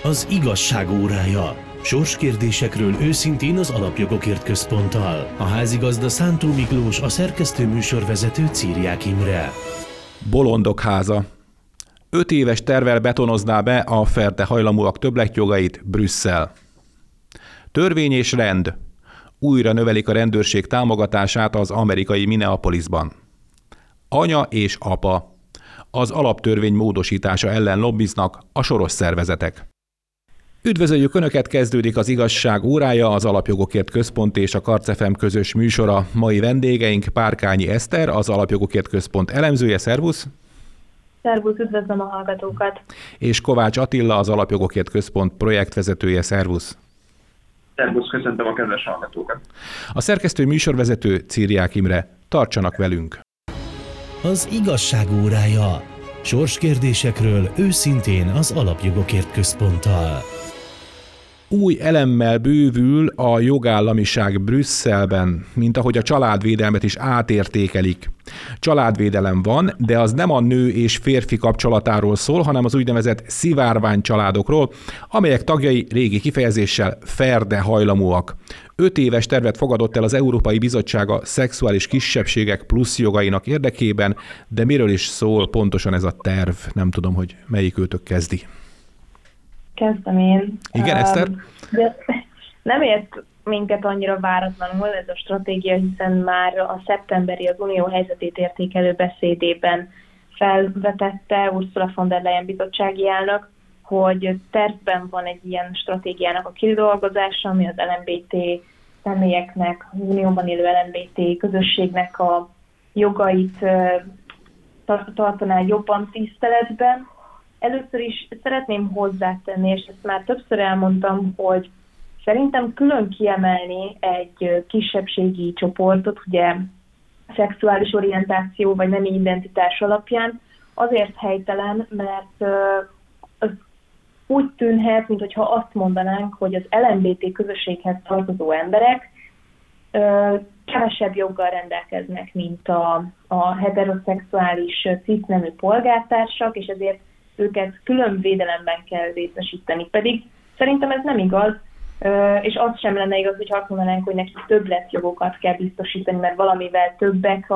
Az igazság órája. Sorskérdésekről őszintén az Alapjogokért Központtal. A házigazda Szántó Miklós, a szerkesztő műsorvezető Círiák Imre. Bolondok háza. 5 éves tervvel betonozná be a ferde hajlamúak többletjogait Brüsszel. Törvény és rend. Újra növelik a rendőrség támogatását az amerikai Minneapolisban. Anya és apa. Az alaptörvény módosítása ellen lobbiznak a soros szervezetek. Üdvözöljük Önöket, kezdődik az igazság órája, az Alapjogokért Központ és a Karc FM közös műsora. Mai vendégeink Párkányi Eszter, az Alapjogokért Központ elemzője, szervusz! Szervusz, üdvözlöm a hallgatókat! És Kovács Attila, az Alapjogokért Központ projektvezetője, szervusz! Szervusz, köszöntöm a kedves hallgatókat! A szerkesztő műsorvezető Círiák Imre. Tartsanak velünk! Az igazság órája. Sorskérdésekről őszintén az Alapjogokért Központtal. Új elemmel bővül a jogállamiság Brüsszelben, mint ahogy a családvédelmet is átértékelik. Családvédelem van, de az nem a nő és férfi kapcsolatáról szól, hanem az úgynevezett szivárványcsaládokról, amelyek tagjai régi kifejezéssel ferde hajlamúak. 5 éves tervet fogadott el az Európai Bizottság a szexuális kisebbségek plusz jogainak érdekében, de miről is szól pontosan ez a terv? Nem tudom, hogy melyik őtök kezdi. Kezdem én. Igen, Eszter? De nem ért minket annyira váratlanul ez a stratégia, hiszen már a szeptemberi az Unió helyzetét értékelő beszédében felvetette Ursula von der Leyen bizottsági elnök, hogy tervben van egy ilyen stratégiának a kidolgozása, ami az LMBT személyeknek, az Unióban élő LMBT közösségnek a jogait tartaná jobban tiszteletben. Először is szeretném hozzátenni, és ezt már többször elmondtam, hogy szerintem külön kiemelni egy kisebbségi csoportot, ugye szexuális orientáció vagy nemi identitás alapján, azért helytelen, mert az úgy tűnhet, mintha azt mondanánk, hogy az LMBT közösséghez tartozó emberek kevesebb joggal rendelkeznek, mint a heteroszexuális cisnemű polgártársak, és ezért őket külön védelemben kell részesíteni. Pedig szerintem ez nem igaz, és az sem lenne igaz, hogy azt mondanánk, hogy nekik többletjogokat kell biztosítani, mert valamivel többek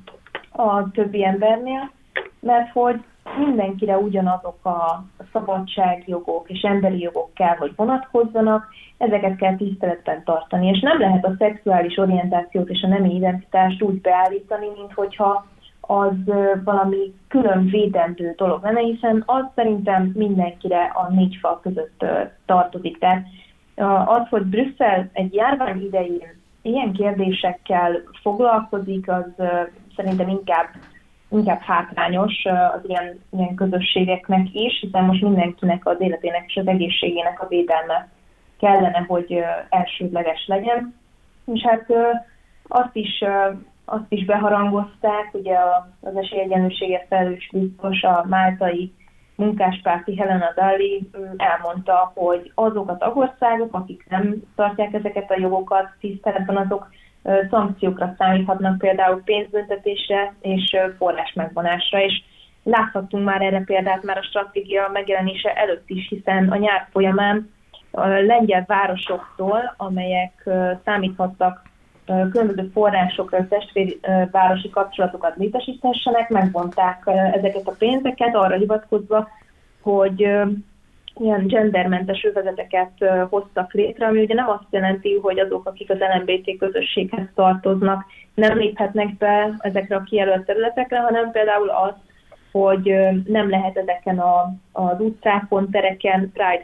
a többi embernél, mert hogy mindenkire ugyanazok a szabadságjogok és emberi jogok kell, hogy vonatkozzanak, ezeket kell tiszteletben tartani, és nem lehet a szexuális orientációt és a nemi identitást úgy beállítani, mint hogyha az valami külön védendő dolog lenne, hiszen az szerintem mindenkire a 4 fal között tartozik. Tehát az, hogy Brüsszel egy járvány idején ilyen kérdésekkel foglalkozik, az szerintem inkább hátrányos az ilyen közösségeknek is, hiszen most mindenkinek az életének és az egészségének a védelme kellene, hogy elsődleges legyen. És hát azt is beharangozták, ugye az esélyegyenlőségért felelős biztos, a máltai munkáspárti Helena Dalli elmondta, hogy azok a tagországok, akik nem tartják ezeket a jogokat tiszteletben, azok szankciókra számíthatnak, például pénzbüntetésre és forrás megvonásra, és láthattunk már erre példát már a stratégia megjelenése előtt is, hiszen a nyár folyamán a lengyel városoktól, amelyek számíthattak különböző forrásokra, hogy testvérvárosi kapcsolatokat létesíthessenek, megvonták ezeket a pénzeket arra hivatkozva, hogy ilyen gendermentes övezeteket hoztak létre, ami ugye nem azt jelenti, hogy azok, akik az LMBT közösséghez tartoznak, nem léphetnek be ezekre a kijelölt területekre, hanem például az, hogy nem lehet ezeken az utcákon, tereken Pride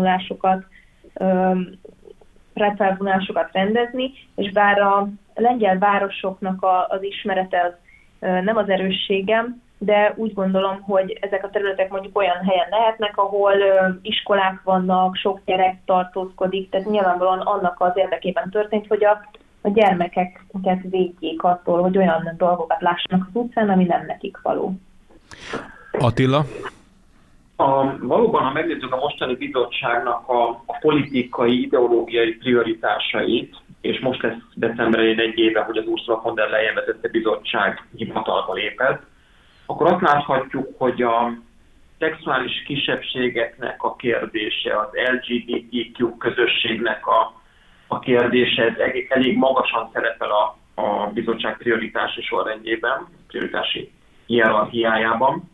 felvonulásokat rendezni, és bár a lengyel városoknak az ismerete az nem az erősségem, de úgy gondolom, hogy ezek a területek mondjuk olyan helyen lehetnek, ahol iskolák vannak, sok gyerek tartózkodik, tehát nyilvánvalóan annak az érdekében történt, hogy a gyermekeket védjék attól, hogy olyan dolgokat lássanak az utcán, ami nem nekik való. Attila? Valóban, ha megnézzük a mostani bizottságnak a politikai, ideológiai prioritásait, és most lesz decemberén 1 éve, hogy az Ursula von der Leyen vezette bizottság hivatalba lépett, akkor azt láthatjuk, hogy szexuális kisebbségeknek a kérdése, az LGBTQ közösségnek a kérdése, ez elég magasan szerepel a bizottság prioritási sorrendjében, prioritási hierarchiájában.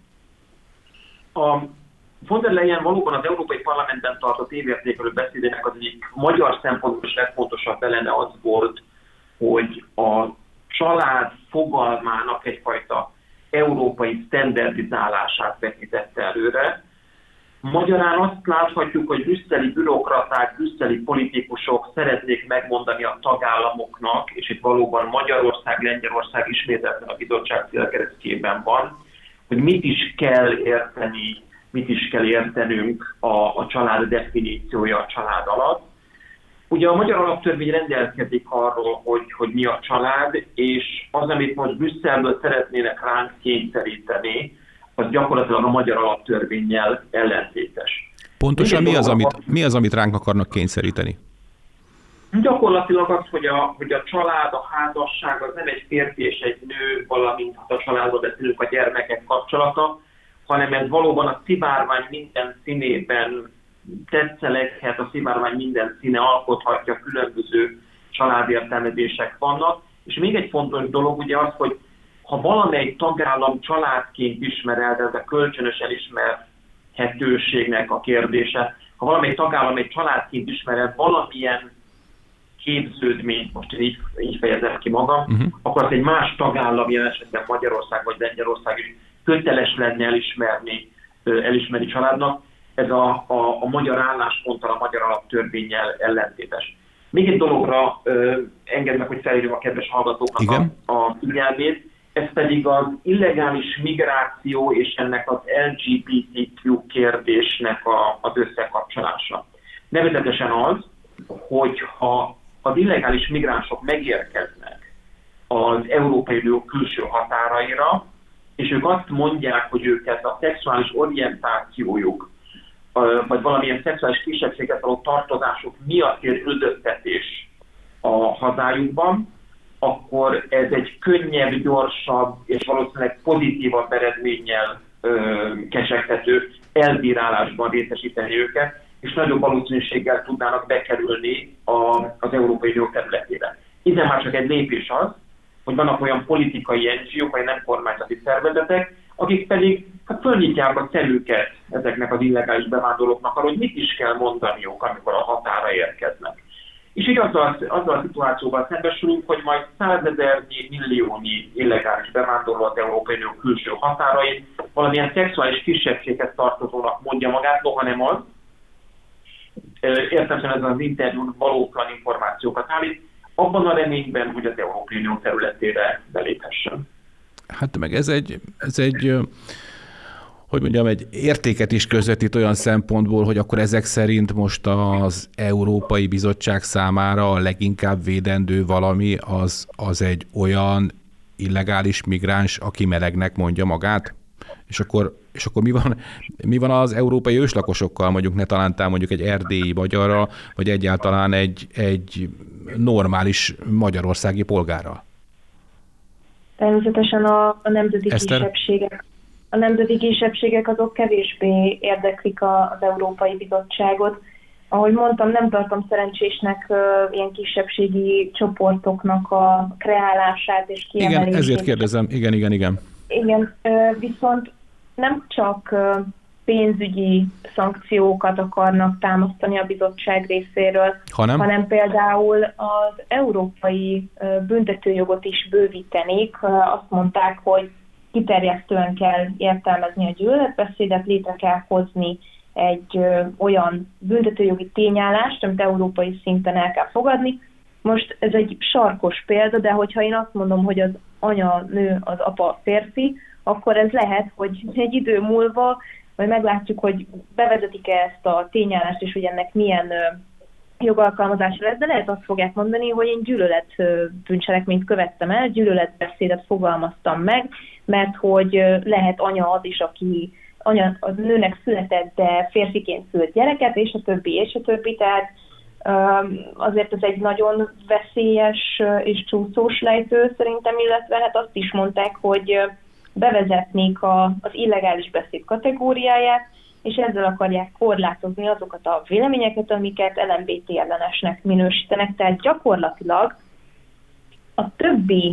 A von der Leyen valóban az Európai Parlamentben tartott évértékelő beszédének az egyik magyar szempontból is legfontosabb eleme az volt, hogy a család fogalmának egyfajta európai standardizálását vetítette előre. Magyarán azt láthatjuk, hogy brüsszeli bürokraták, brüsszeli politikusok szeretnék megmondani a tagállamoknak, és itt valóban Magyarország, Lengyelország ismételten a bizottság célkeresztjében van, hogy mit is kell érteni, mit is kell értenünk a család definíciója a család alatt. Ugye a magyar alaptörvény rendelkezik arról, hogy mi a család, és az, amit most Brüsszelből szeretnének ránk kényszeríteni, az gyakorlatilag a magyar alaptörvénnyel ellentétes. Pontosan mi az, amit ránk akarnak kényszeríteni? Gyakorlatilag az, hogy a család, a házasság az nem egy férfi és egy nő, valamint a családban beszélünk a gyermekek kapcsolata, hanem ez valóban a szivárvány minden színében tetszeleghet, a szivárvány minden színe alkothatja, különböző családértelmezések vannak. És még egy fontos dolog ugye az, hogy ha valamelyik tagállam családként ismer el, de ez a kölcsönös elismerhetőségnek a kérdése, ha valamelyik tagállam egy családként ismer el valamilyen képződményt, most én így fejezem ki magam, akkor az egy más tagállam, jelen esetben Magyarország vagy Lengyelország is köteles lenne elismerni családnak. Ez a magyar állásponttal, a magyar alaptörvénnyel ellentétes. Még egy dologra engedd meg, hogy felhívjam a kedves hallgatóknak a figyelmét, ez pedig az illegális migráció és ennek az LGBTQ kérdésnek az összekapcsolása. Nevezetesen az, hogyha az illegális migránsok megérkeznek az Európai Unió külső határaira, és ők azt mondják, hogy őket a szexuális orientációjuk, vagy valamilyen szexuális kisebbséget való tartozásuk miatt ér üldöztetés a hazájukban, akkor ez egy könnyebb, gyorsabb és valószínűleg pozitívabb eredménnyel kecsegtető elbírálásban részesíteni őket, és nagyobb valószínűséggel tudnának bekerülni az Európai Unió területére. Ide már csak egy lépés az, hogy vannak olyan politikai NGO-k, vagy nem kormányzati szervezetek, akik pedig fölnyitják a szemüket ezeknek az illegális bevándorlóknak arra, hogy mit is kell mondaniuk, amikor a határa érkeznek. És így azzal a szituációval szembesülünk, hogy majd 100 000 milliónyi illegális bevándorló az Európai Unió külső határain valamilyen szexuális kisebbséghez tartozónak mondja magát, noha nem az. Értelemszerűen ezen az interjún valótlan információkat állít, abban a reményben, hogy az Európai Unió területére beléphessen. Hát meg ez egy hogy mondjam, egy értéket is közvetít olyan szempontból, hogy akkor ezek szerint most az Európai Bizottság számára a leginkább védendő valami az egy olyan illegális migráns, aki melegnek mondja magát? És akkor mi van az európai őslakosokkal, mondjuk ne talántán mondjuk egy erdélyi magyarral, vagy egyáltalán egy normális magyarországi polgárral? Természetesen a nemzeti kisebbségek. A nemzeti kisebbségek azok kevésbé érdeklik az Európai Bizottságot. Ahogy mondtam, nem tartom szerencsésnek ilyen kisebbségi csoportoknak a kreálását és kiemelését. Igen, ezért kérdezem. Igen. Igen, viszont nem csak pénzügyi szankciókat akarnak támasztani a bizottság részéről, hanem például az európai büntetőjogot is bővítenék. Azt mondták, hogy kiterjesztően kell értelmezni a gyűlöletbeszédet, létre kell hozni egy olyan büntetőjogi tényállást, amit európai szinten el kell fogadni. Most ez egy sarkos példa, de hogyha én azt mondom, hogy az anya nő, az apa férfi, akkor ez lehet, hogy egy idő múlva, vagy meglátjuk, hogy bevezetik-e ezt a tényállást, és hogy ennek milyen jogalkalmazásra lesz, de lehet azt fogják mondani, hogy én gyűlöletbűncselekményt követtem el, gyűlöletbeszédet fogalmaztam meg, mert hogy lehet anya az is, aki anya a nőnek született, de férfiként szült gyereket, és a többi. Tehát azért ez egy nagyon veszélyes és csúszós lejtő szerintem, illetve hát azt is mondták, hogy bevezetnék az illegális beszéd kategóriáját, és ezzel akarják korlátozni azokat a véleményeket, amiket LMBT ellenesnek minősítenek. Tehát gyakorlatilag a többi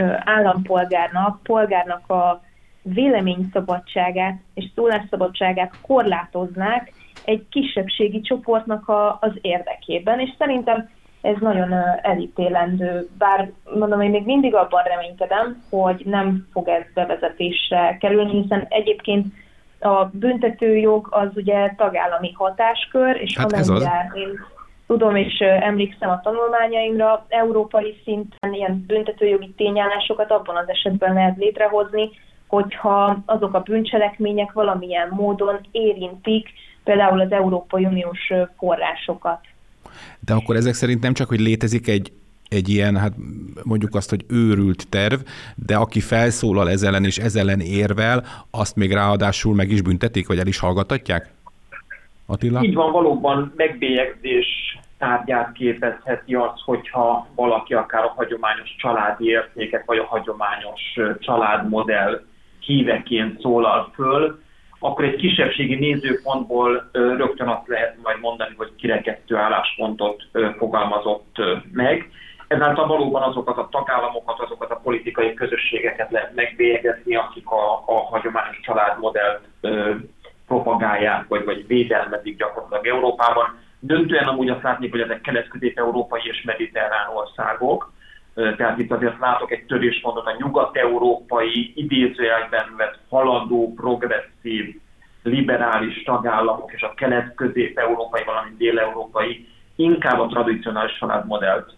polgárnak a véleményszabadságát és szólásszabadságát korlátoznák egy kisebbségi csoportnak az érdekében, és szerintem ez nagyon elítélendő, bár mondom, én még mindig abban reménykedem, hogy nem fog ez bevezetésre kerülni, hiszen egyébként a büntetőjog az ugye tagállami hatáskör, és hát amennyire én tudom és emlékszem a tanulmányaimra, európai szinten ilyen büntetőjogi tényállásokat abban az esetben lehet létrehozni, hogyha azok a bűncselekmények valamilyen módon érintik például az Európai Uniós forrásokat. De akkor ezek szerint nem csak, hogy létezik egy ilyen, hát mondjuk azt, hogy őrült terv, de aki felszólal ez ellen és ez ellen érvel, azt még ráadásul meg is büntetik, vagy el is hallgattatják? Attila? Így van, valóban megbélyegzés tárgyát képezheti az, hogyha valaki akár a hagyományos családi értékek, vagy a hagyományos családmodell híveként szólal föl, akkor egy kisebbségi nézőpontból rögtön azt lehet majd mondani, hogy kirekesztő álláspontot fogalmazott meg. Ezáltal valóban azokat a tagállamokat, azokat a politikai közösségeket lehet megbélyegezni, akik a hagyományos családmodellt propagálják, vagy védelmezik gyakorlatilag Európában. Döntően amúgy azt látni, hogy ezek kelet-közép-európai és mediterrán országok. Tehát itt azért látok egy töréspontot a nyugat-európai, idézőjelben vett haladó, progresszív, liberális tagállamok és a kelet-közép-európai, valamint dél-európai inkább a tradicionális családmodellt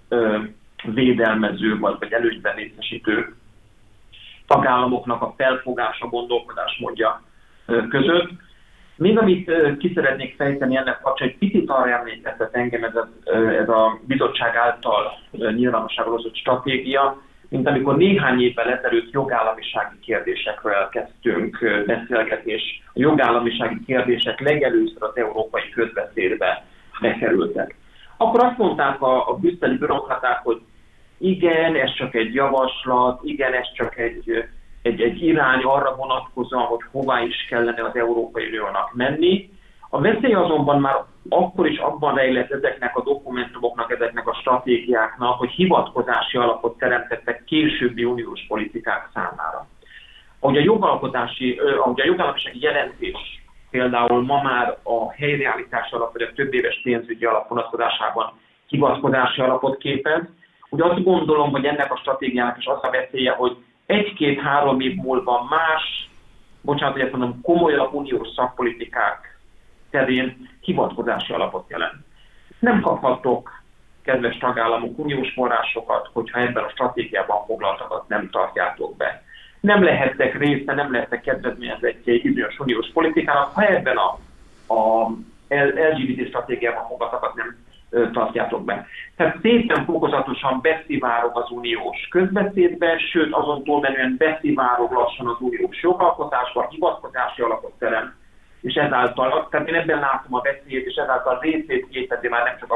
védelmező vagy előnyben részesítő tagállamoknak a felfogása, gondolkodásmódja között. Még amit ki szeretnék fejteni ennek kapcsán, egy picit arra emlékeztet engem ez a bizottság által nyilvánosságra hozott stratégia, mint amikor néhány évvel ezelőtt jogállamisági kérdésekről elkezdtünk beszélgetni, és a jogállamisági kérdések legelőször az európai közbeszédbe bekerültek. Akkor azt mondták a brüsszeli bürokraták, hogy igen, ez csak egy javaslat, igen, ez csak egy irány arra vonatkozóan, hogy hová is kellene az Európai Uniónak menni. A veszély azonban már akkor is abban rejlett ezeknek a dokumentumoknak, ezeknek a stratégiáknak, hogy hivatkozási alapot teremtettek későbbi uniós politikák számára. Ahogy a jogállamisági jelentés például ma már a helyreállítás alap, vagy a többéves pénzügyi alap vonatkozásában hivatkozási alapot képez, úgy azt gondolom, hogy ennek a stratégiának is az a veszélye, hogy 1-2-3 év múlva más, hogy ezt mondom, komolyabb uniós szakpolitikák terén hivatkozási alapot jelent. Nem kaphatok, kedves tagállamok, uniós forrásokat, hogyha ebben a stratégiában foglaltakat nem tartjátok be. Nem lehettek része, nem lehettek kedvezményezettje egy bizonyos uniós politikának, ha ebben a LGBT stratégiában foglaltakat nem tartjátok be. Tehát szépen fokozatosan beszivárog az uniós közbeszédbe, sőt azon túlmenően beszivárog lassan az uniós jogalkotásba, hivatkozási alapot teremt, és ezáltal, tehát én ebben látom a beszéd, és ezáltal részét képezi már nem csak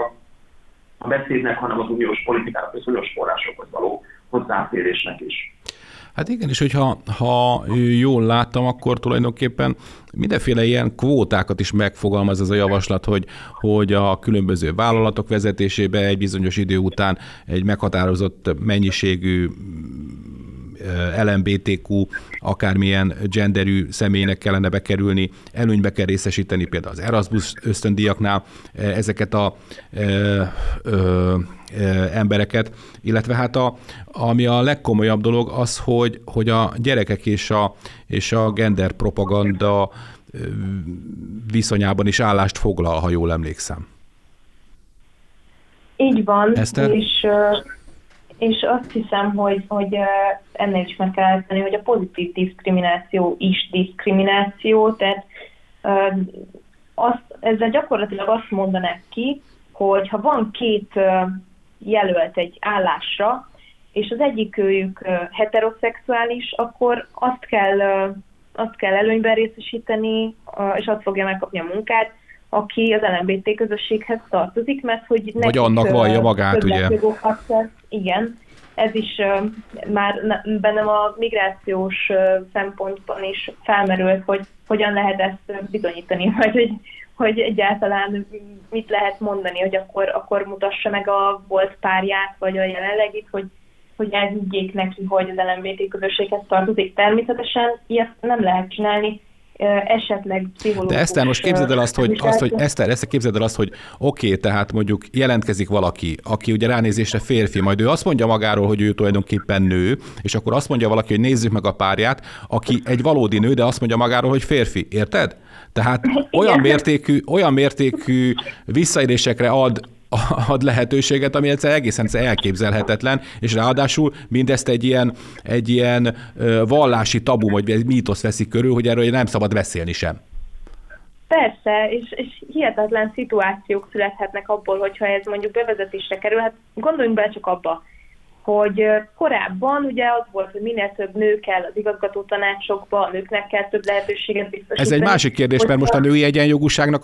a beszédnek, hanem az uniós politikának, az uniós forrásokhoz való hozzáférésnek is. Hát igen, és hogyha jól láttam, akkor tulajdonképpen mindenféle ilyen kvótákat is megfogalmaz ez a javaslat, hogy a különböző vállalatok vezetésébe egy bizonyos idő után egy meghatározott mennyiségű LMBTQ, akármilyen genderű személynek kellene bekerülni, előnybe kell részesíteni például az Erasmus ösztöndíjaknál ezeket a embereket, illetve hát ami a legkomolyabb dolog az, hogy a gyerekek és a gender propaganda viszonyában is állást foglal, ha jól emlékszem. Így van, Eszter? És azt hiszem, hogy ennél is meg kell állítani, hogy a pozitív diszkrimináció is diszkrimináció, tehát ezzel gyakorlatilag azt mondanák ki, hogy ha van két jelölt egy állásra, és az egyikőjük heteroszexuális, akkor azt kell előnyben részesíteni, és azt fogja megkapni a munkát, aki az LMBT közösséghez tartozik, mert hogy vagy annak vallja magát, ugye? Igen, ez is már bennem a migrációs szempontban is felmerült, hogy hogyan lehet ezt bizonyítani, vagy hogy egyáltalán mit lehet mondani, hogy akkor mutassa meg a volt párját, vagy a jelenlegit, hogy elhiggyék neki, hogy az LMBT közösséghez tartozik. Természetesen ilyet nem lehet csinálni, esetleg pszichológus... De Eszter, most képzeld el Eszter, képzeld el azt, hogy oké, tehát mondjuk jelentkezik valaki, aki ugye ránézésre férfi, majd ő azt mondja magáról, hogy ő tulajdonképpen nő, és akkor azt mondja valaki, hogy nézzük meg a párját, aki egy valódi nő, de azt mondja magáról, hogy férfi. Érted? Tehát olyan mértékű visszaélésekre ad lehetőséget, ami egészen elképzelhetetlen, és ráadásul mindezt egy ilyen vallási tabu, vagy egy mítosz veszik körül, hogy erről nem szabad beszélni sem. Persze, és hihetetlen szituációk születhetnek abból, hogyha ez mondjuk bevezetésre kerül. Hát gondoljunk bele csak abba, hogy korábban ugye az volt, hogy minél több nő kell az igazgató tanácsokba, a nőknek kell több lehetőséget biztosítani. Ez egy másik kérdés, mert most a női egyenjogúságnak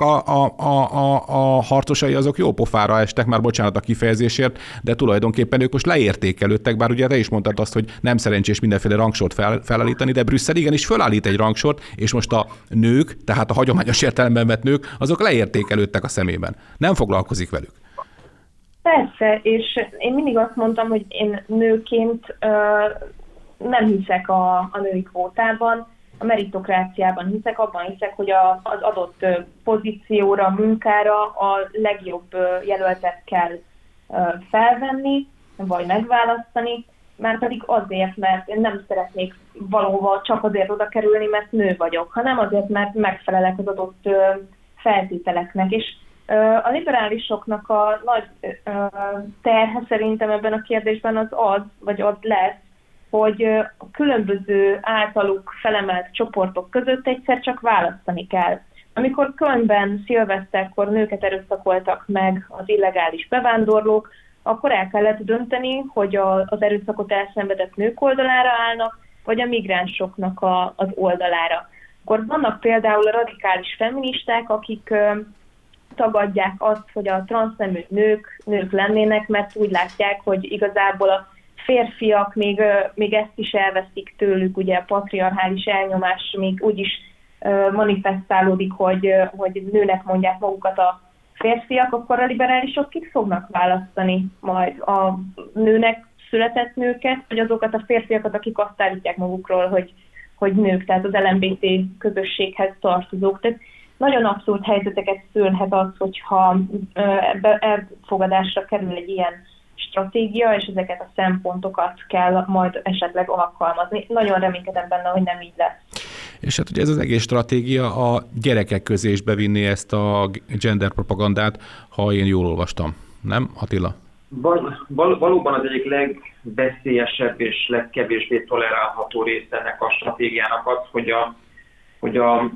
a harcosai azok jó pofára estek, már bocsánat a kifejezésért, de tulajdonképpen ők most leértékelődtek, bár ugye te is mondtad azt, hogy nem szerencsés mindenféle rangsort felállítani, de Brüsszel igenis felállít egy rangsort, és most a nők, tehát a hagyományos értelemben vett nők, azok leértékelődtek a szemében. Nem foglalkozik velük. Persze, és én mindig azt mondtam, hogy én nőként nem hiszek a női kvótában, a meritokráciában hiszek, abban hiszek, hogy az adott pozícióra, munkára a legjobb jelöltet kell felvenni, vagy megválasztani, már pedig azért, mert én nem szeretnék valóban csak azért oda kerülni, mert nő vagyok, hanem azért, mert megfelelek az adott feltételeknek. És a liberálisoknak a nagy terhe szerintem ebben a kérdésben az lesz, hogy a különböző általuk felemelt csoportok között egyszer csak választani kell. Amikor Kölnben szilveszterkor nőket erőszakoltak meg az illegális bevándorlók, akkor el kellett dönteni, hogy az erőszakot elszenvedett nők oldalára állnak, vagy a migránsoknak az oldalára. Akkor vannak például a radikális feministák, akik tagadják azt, hogy a transznemű nők lennének, mert úgy látják, hogy igazából a férfiak még ezt is elveszik tőlük, ugye a patriarchális elnyomás még úgy is manifestálódik, hogy nőnek mondják magukat a férfiak, akkor a liberálisok kik fognak választani majd a nőnek született nőket, vagy azokat a férfiakat, akik azt állítják magukról, hogy nők, tehát az LMBT közösséghez tartozók. Tehát nagyon abszurd helyzeteket szülhet az, hogyha elfogadásra kerül egy ilyen stratégia, és ezeket a szempontokat kell majd esetleg alkalmazni. Nagyon reménykedem benne, hogy nem így lesz. És hát ugye ez az egész stratégia a gyerekek közé is bevinni ezt a gender propagandát, ha én jól olvastam. Nem, Attila? Valóban az egyik legveszélyesebb és legkevésbé tolerálható része ennek a stratégiának az, hogy a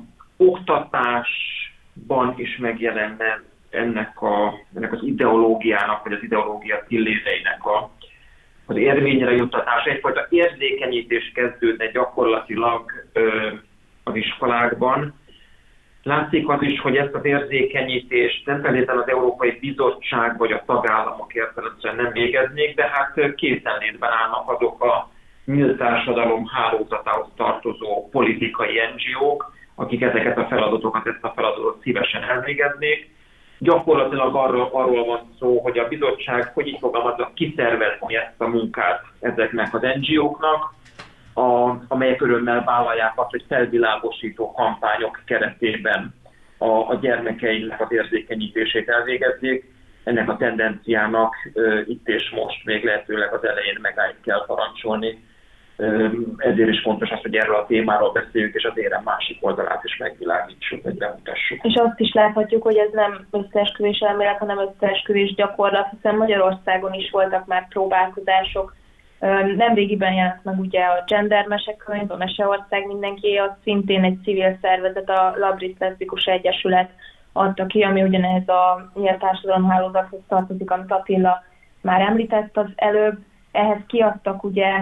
oktatásban is megjelenne ennek az ideológiának, vagy az ideológia pilléreinek az érvényre juttatása. Egyfajta érzékenyítés kezdődne gyakorlatilag az iskolákban. Látszik az is, hogy ezt az érzékenyítést nem feltétlenül az Európai Bizottság vagy a tagállamok értelemszerűen nem végeznék, de hát készenlétben állnak azok a nyílt társadalom hálózatához tartozó politikai NGO-k, akik ezt a feladatot szívesen elvégeznék. Gyakorlatilag arról van szó, hogy a bizottság, hogy így fogalmazza, kiszervezni ezt a munkát ezeknek az NGO-knak, amelyek örömmel vállalják azt, hogy felvilágosító kampányok keretében a gyermekeinek az érzékenyítését elvégezzék. Ennek a tendenciának itt és most még lehetőleg az elején megállt kell parancsolni. Ezért is fontos az, hogy erről a témáról beszéljük, és az érem másik oldalát is megvilágítsuk, vagy bemutassuk. És azt is láthatjuk, hogy ez nem összeesküvés elmélet, hanem összeesküvés gyakorlat, hiszen Magyarországon is voltak már próbálkozások. Nemrégiben jelent meg ugye a Gender mesekönyv, a Meseország mindenki, az szintén egy civil szervezet, a Labris Leszbikus Egyesület adta ki, ami ugyanez a nyílt társadalomhálózathoz tartozik, amit Attila már említett az előbb. Ehhez kiadtak ugye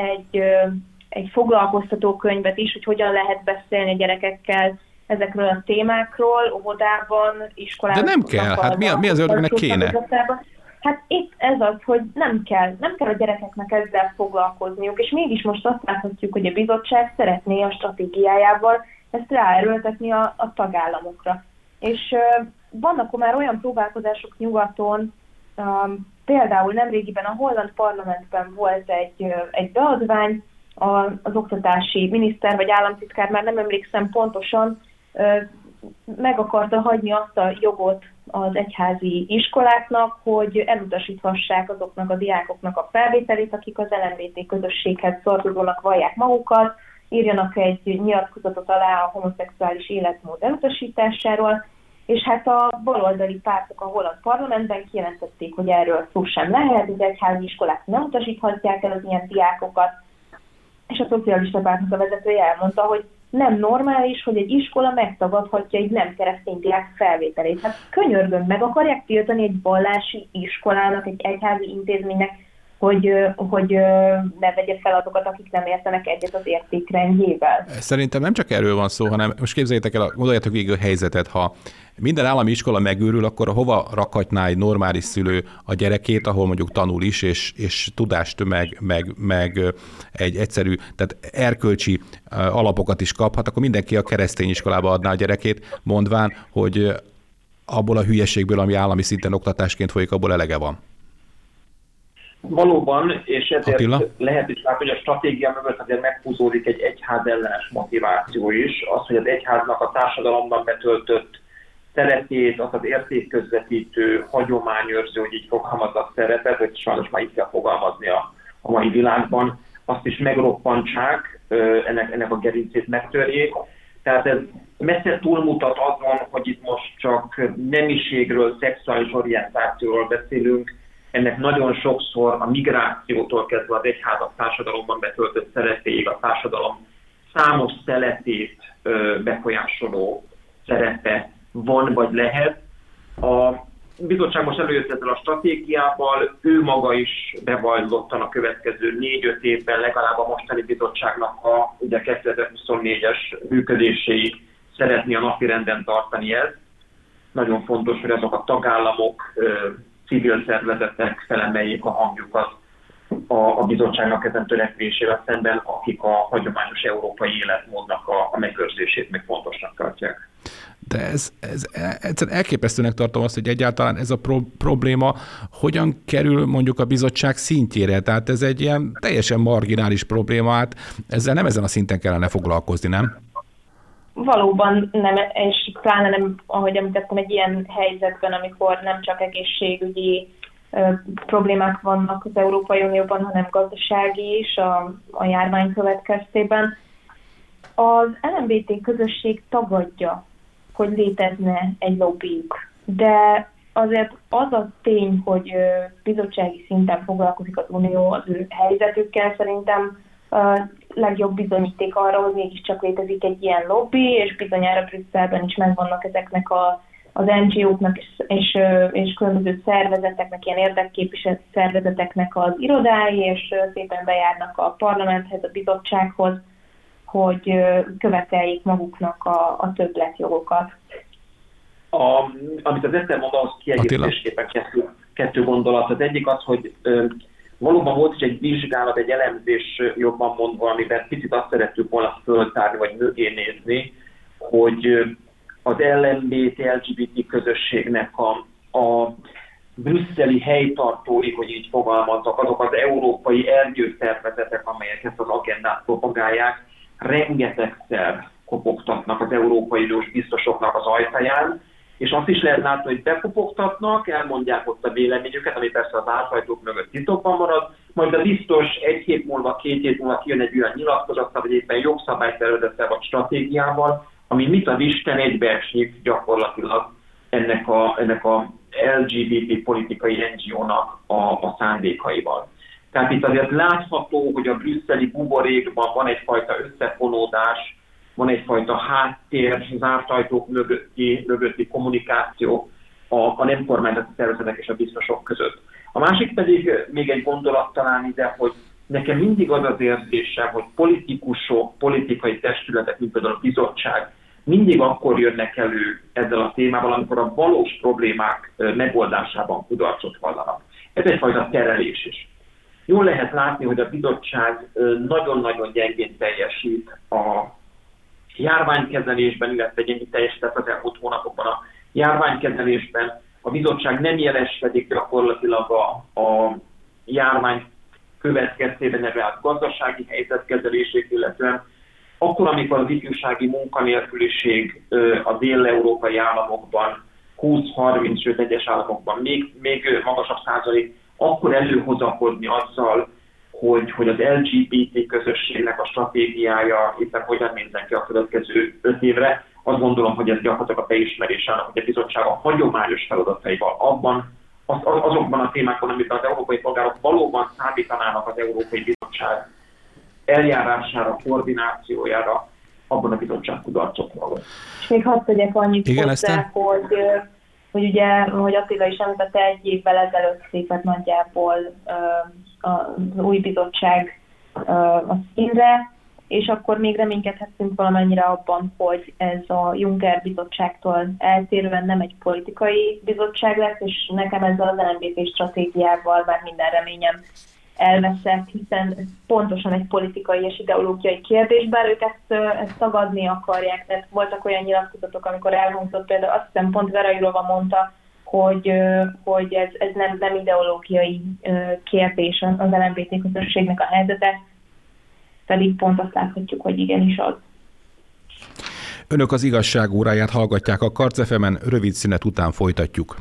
egy foglalkoztató könyvet is, hogy hogyan lehet beszélni a gyerekekkel ezekről a témákról, óvodában, iskolában. De nem kell, hát mi az ördögnek kéne? Hát itt ez az, hogy nem kell a gyerekeknek ezzel foglalkozniuk, és mégis most azt láthatjuk, hogy a bizottság szeretné a stratégiájával ezt ráerőltetni a tagállamokra. És vannak már olyan próbálkozások nyugaton, például nemrégiben a holland parlamentben volt egy beadvány, az oktatási miniszter vagy államtitkár, már nem emlékszem pontosan, meg akarta hagyni azt a jogot az egyházi iskoláknak, hogy elutasíthassák azoknak a diákoknak a felvételét, akik az LMBT közösséghez tartozónak vallják magukat, írjanak egy nyilatkozatot alá a homoszexuális életmód elutasításáról, és hát a baloldali pártok a holland parlamentben kijelentették, hogy erről szó sem lehet, az egyházi iskolák nem utasíthatják el az ilyen diákokat, és a szocialista pártnak a vezetője elmondta, hogy nem normális, hogy egy iskola megtagadhatja egy nem keresztény diák felvételét. Hát könyörgöm, meg akarják tiltani egy vallási iskolának, egy egyházi intézménynek, hogy ne vegye fel azokat, akik nem értenek egyet az értékrendjével. Szerintem nem csak erről van szó, hanem most képzeljétek el, gondoljátok végig a helyzetet, ha minden állami iskola megőrül, akkor hova rakhatná egy normális szülő a gyerekét, ahol mondjuk tanul is, és tudást meg egy egyszerű, tehát erkölcsi alapokat is kaphat, akkor mindenki a keresztény iskolába adná a gyerekét, mondván, hogy abból a hülyeségből, ami állami szinten oktatásként folyik, abból elege van. Valóban, és ezért Attila? lehet is látni, hogy a stratégia mögött azért meghúzódik egy egyház ellenes motiváció is. Az, hogy az egyháznak a társadalomban betöltött szerepét, az az értékközvetítő, hagyományőrző, hogy így fogalmazzak szerepet, hogy sajnos már így kell fogalmazni a mai világban, azt is megroppantsák, ennek a gerincét megtörjék. Tehát ez messze túlmutat azon, hogy itt most csak nemiségről, szexuális orientációról beszélünk. Ennek nagyon sokszor a migrációtól kezdve az egyházak társadalomban betöltött szerepéig, a társadalom számos szeletét befolyásoló szerepe van vagy lehet. A bizottság most előjött ezzel a stratégiával, ő maga is bevallottan a következő 4-5 évben legalább a mostani bizottságnak a ugye 2024-es működéséig szeretné a napirenden tartani ezt. Nagyon fontos, hogy azok a tagállamok, civil szervezetek felemeljék a hangjukat a bizottságnak ezen törekvésével szemben, akik a hagyományos európai életmódnak a megőrzését még fontosnak tartják. De ez egyszerűen elképesztőnek tartom azt, hogy egyáltalán ez a probléma hogyan kerül mondjuk a bizottság szintjére. Tehát ez egy ilyen teljesen marginális probléma, hát ezzel nem ezen a szinten kellene foglalkozni, nem? Valóban nem, és pláne nem, ahogy említettem, egy ilyen helyzetben, amikor nem csak egészségügyi problémák vannak az Európai Unióban, hanem gazdasági is a járvány következtében. Az LMBT közösség tagadja, hogy létezne egy lobbyjuk, de azért az a tény, hogy bizottsági szinten foglalkozik az Unió az ő helyzetükkel, szerintem legjobb bizonyíték arra, hogy mégiscsak létezik egy ilyen lobby, és bizonyára Brüsszelben is megvannak ezeknek az NGO-knak és különböző szervezeteknek, ilyen érdekképviselő szervezeteknek az irodái, és szépen bejárnak a parlamenthez, a bizottsághoz, hogy követeljék maguknak a többletjogokat. Amit az Eszter mond, ahhoz kiegészítésképpen kettő gondolat. Az egyik az, hogy valóban volt is egy vizsgálat, egy elemzés jobban mondva, amiben picit azt szerettük volna föltárni, vagy mögé nézni, hogy az LGBT közösségnek a brüsszeli helytartói, hogy így fogalmazzak, azok az európai ernyőszervezetek, amelyek ezt az agendát propagálják, rengetegszer kopogtatnak az Európai Uniós biztosoknak az ajtaján, és azt is lehet látni, hogy bekopogtatnak, elmondják ott a véleményüket, ami persze az áthajtók mögött titokban marad, majd a biztos 1 hét múlva, 2 hét múlva kijön egy olyan nyilatkozattal, vagy éppen jogszabálytervezettel vagy stratégiával, ami mit az Isten egybeesik gyakorlatilag ennek a LGBT politikai NGO-nak a szándékaival. Tehát itt azért látható, hogy a brüsszeli buborékban van egyfajta összefonódás, van egyfajta háttér, zárt ajtók mögötti kommunikáció a nem kormányzati szervezetek és a biztosok között. A másik pedig még egy gondolat talán ide, hogy nekem mindig az az érzésem, hogy politikusok, politikai testületek, mint például a bizottság, mindig akkor jönnek elő ezzel a témával, amikor a valós problémák megoldásában kudarcot vallanak. Ez egyfajta terelés is. Jól lehet látni, hogy a bizottság nagyon-nagyon gyengén teljesít a járványkezelésben, illetve gyengén teljesített az elmúlt hónapokban a járványkezelésben. A bizottság nem jeleskedik gyakorlatilag a járvány következtében erőállt gazdasági helyzet kezelését, illetően akkor, amikor az ifjúsági munkanélküliség a dél-európai államokban 20-30, sőt egyes államokban még magasabb százalék, akkor előhozakodni azzal, hogy az LGBT közösségnek a stratégiája éppen hogyan nézzen ki a következő 5 évre. Azt gondolom, hogy ez gyakorlatilag a beismerése, hogy a bizottság a hagyományos feladataival azokban a témákon, amiben az európai polgárok valóban számítanának az Európai Bizottság eljárására, koordinációjára, abban a bizottság kudarcot vallott. És még hadd tegyek annyit hozzá, hogy ugye, ahogy Attila is említette, 1 évvel ezelőtt lépett nagyjából az új bizottság a színre, és akkor még reménykedhetünk valamennyire abban, hogy ez a Juncker bizottságtól eltérően nem egy politikai bizottság lesz, és nekem ezzel az LMBT stratégiával már minden reményem elveszett, hiszen pontosan egy politikai és ideológiai kérdés, bár ők ezt tagadni akarják. Tehát voltak olyan nyilatkozatok, amikor elhangzott, például azt hiszem pont Vera Jourova mondta, hogy ez nem ideológiai kérdés az LMBT közösségnek a helyzete, pedig pont azt láthatjuk, hogy igenis az. Önök az igazság óráját hallgatják a Karc FM-en, rövid szünet után folytatjuk.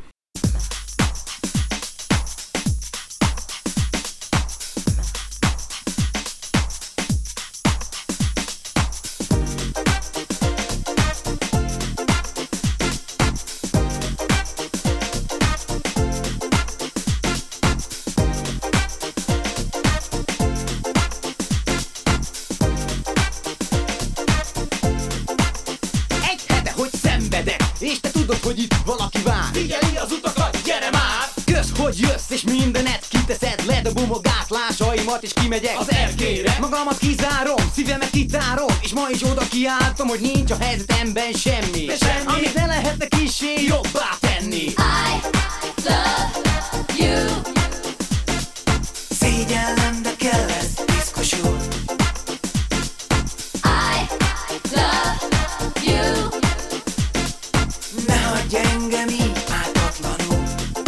És te tudod, hogy itt valaki vár. Figyeli az utakat, gyere már! Kösz, hogy jössz, és mindenet kiteszed. Ledobom a gátlásaimat, és kimegyek az erkére. Magamat kizárom, szívemet kitárom, és ma is oda kiáltom, hogy nincs a helyzetemben semmi, amit ne lehetne kissé jobbá tenni. I love you. Szégyellem, de kell ez, piszkosul. I love you. Ne hagyj engem így ártatlanul.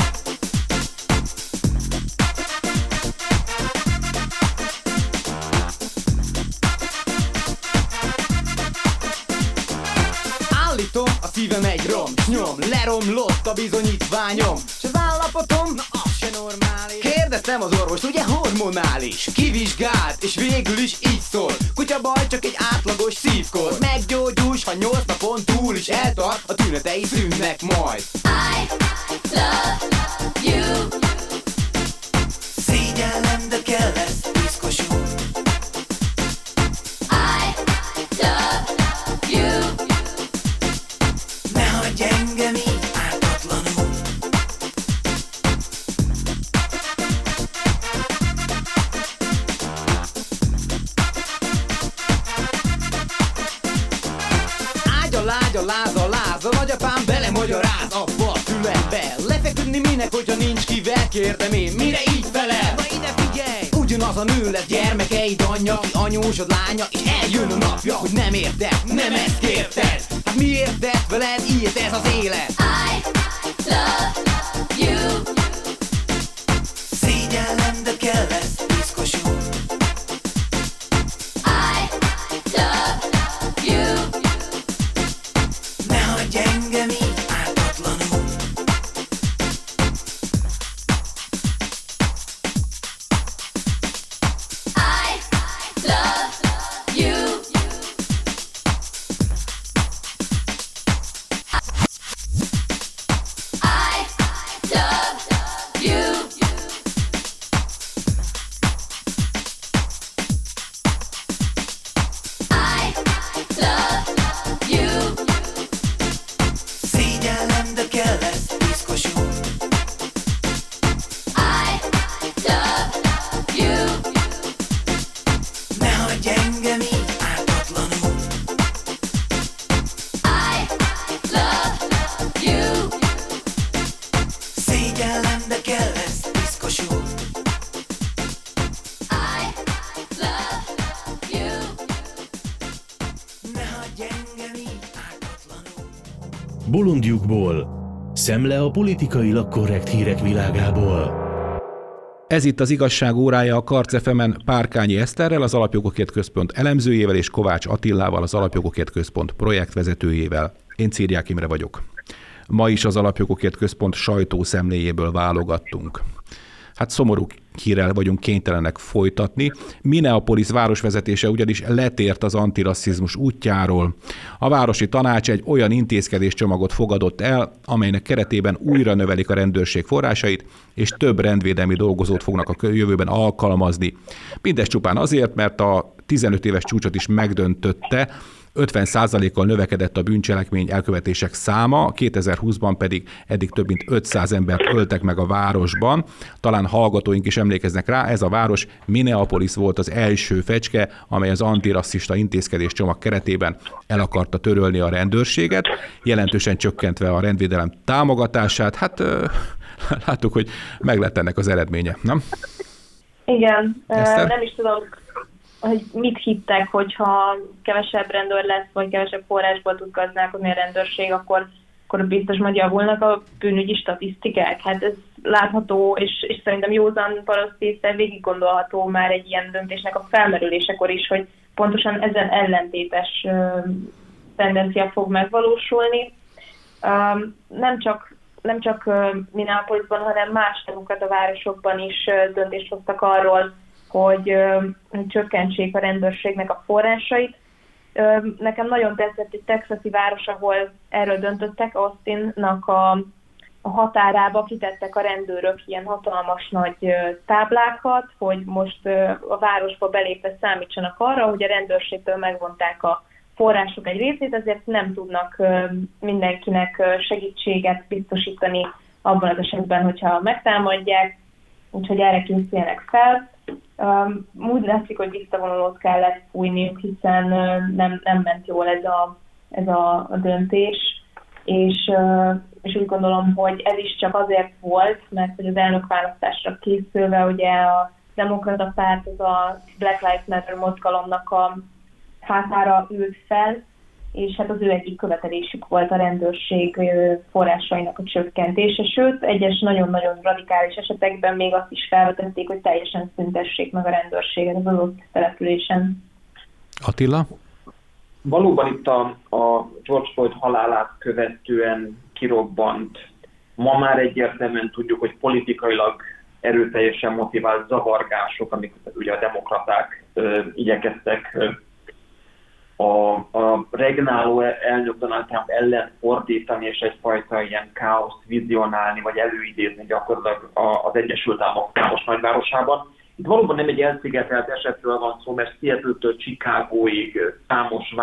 Állítom, a szívem egy nyom, leromlott a bizonyítványom, s az állapotom, na az se normális. Kérdeztem az orvost, ugye hormonális. Kivizsgált, és végül is így szól: kutya baj, csak egy átlagos szívkor. Meggyógyulsz, ha 8 napon túl is eltart, a tünetei szűnnek majd. I love you. Szégyellem, de kell ez, piszkosul. I love you. Ne hagyj engem így ártatlanul. Láza, nagyapám belemagyaráz abba a fülembe. Lefeküdni minek, hogyha nincs kivel, kérdem én, mire így felel? Na ide figyelj! Ugyanaz a nő lesz gyermekeid anyja, ki anyósod lánya, és eljön a napja, hogy nem érted, nem ezt kérted. Hát miért tett veled ilyet ez az élet? I love you. Szégyellem, de kell ez, piszkosul. I love you. Ne hagyj engem így ártatlanul. I love you. I bolondjukból, szemle a politikailag korrekt hírek világából. Ez itt az igazság órája a Karc FM-en Párkányi Eszterrel, az Alapjogokért Központ elemzőjével és Kovács Attillával, az Alapjogokért Központ projektvezetőjével. Én Círiák Imre vagyok. Ma is az Alapjogokért Központ sajtószemléjéből válogattunk. Hát szomorú hírrel vagyunk kénytelenek folytatni. Minneapolis városvezetése ugyanis letért az antirasszizmus útjáról. A városi tanács egy olyan intézkedéscsomagot fogadott el, amelynek keretében újra növelik a rendőrség forrásait, és több rendvédelmi dolgozót fognak a jövőben alkalmazni. Mindez csupán azért, mert a 15 éves csúcsot is megdöntötte, 50%-kal növekedett a bűncselekmény elkövetések száma, 2020-ban pedig eddig több mint 500 embert öltek meg a városban. Talán hallgatóink is emlékeznek rá, ez a város, Minneapolis volt az első fecske, amely az antirasszista intézkedéscsomag keretében el akarta törölni a rendőrséget, jelentősen csökkentve a rendvédelem támogatását. Hát láttuk, hogy meg lett ennek az eredménye, nem? Igen, Eszter? nem is tudom, hogy mit hittek, hogyha kevesebb rendőr lesz, vagy kevesebb forrásból tud gazdálkodni a rendőrség, akkor biztos majd javulnak a bűnügyi statisztikák. Hát ez látható, és szerintem józan paraszt észre végig gondolható már egy ilyen döntésnek a felmerülésekor is, hogy pontosan ezen ellentétes tendencia fog megvalósulni. Nem csak Minneapolisban, hanem más demokrata városokban is döntést hoztak arról, hogy csökkentsék a rendőrségnek a forrásait. Nekem nagyon tetszett egy texasi város, ahol erről döntöttek, Austinnak a határába kitettek a rendőrök ilyen hatalmas nagy táblákat, hogy most a városba belépve számítsanak arra, hogy a rendőrségtől megvonták a források egy részét, ezért nem tudnak mindenkinek segítséget biztosítani abban az esetben, hogyha megtámadják, úgyhogy erre készüljenek fel. Úgy látszik, hogy visszavonulót kellett fújniuk, hiszen nem ment jól ez a döntés, és úgy gondolom, hogy ez is csak azért volt, mert hogy az elnökválasztásra készülve ugye a demokrata párt, az a Black Lives Matter mozgalomnak a hátára ült fel, és hát az ő egyik követelésük volt a rendőrség forrásainak a csökkentése, sőt, egyes nagyon-nagyon radikális esetekben még azt is felvetették, hogy teljesen szüntessék meg a rendőrséget az adott településen. Attila? Valóban itt a George Floyd halálát követően kirobbant, ma már egyértelműen tudjuk, hogy politikailag erőteljesen motivált zavargások, amiket ugye a demokraták igyekeztek a regnáló elnök Donald Trump ellen fordítani, és egyfajta ilyen káoszt vizionálni, vagy előidézni gyakorlatilag az Egyesült Államok számos nagyvárosában. Itt valóban nem egy elszigetelt esetről van szó, mert Seattle-től Chicagóig számos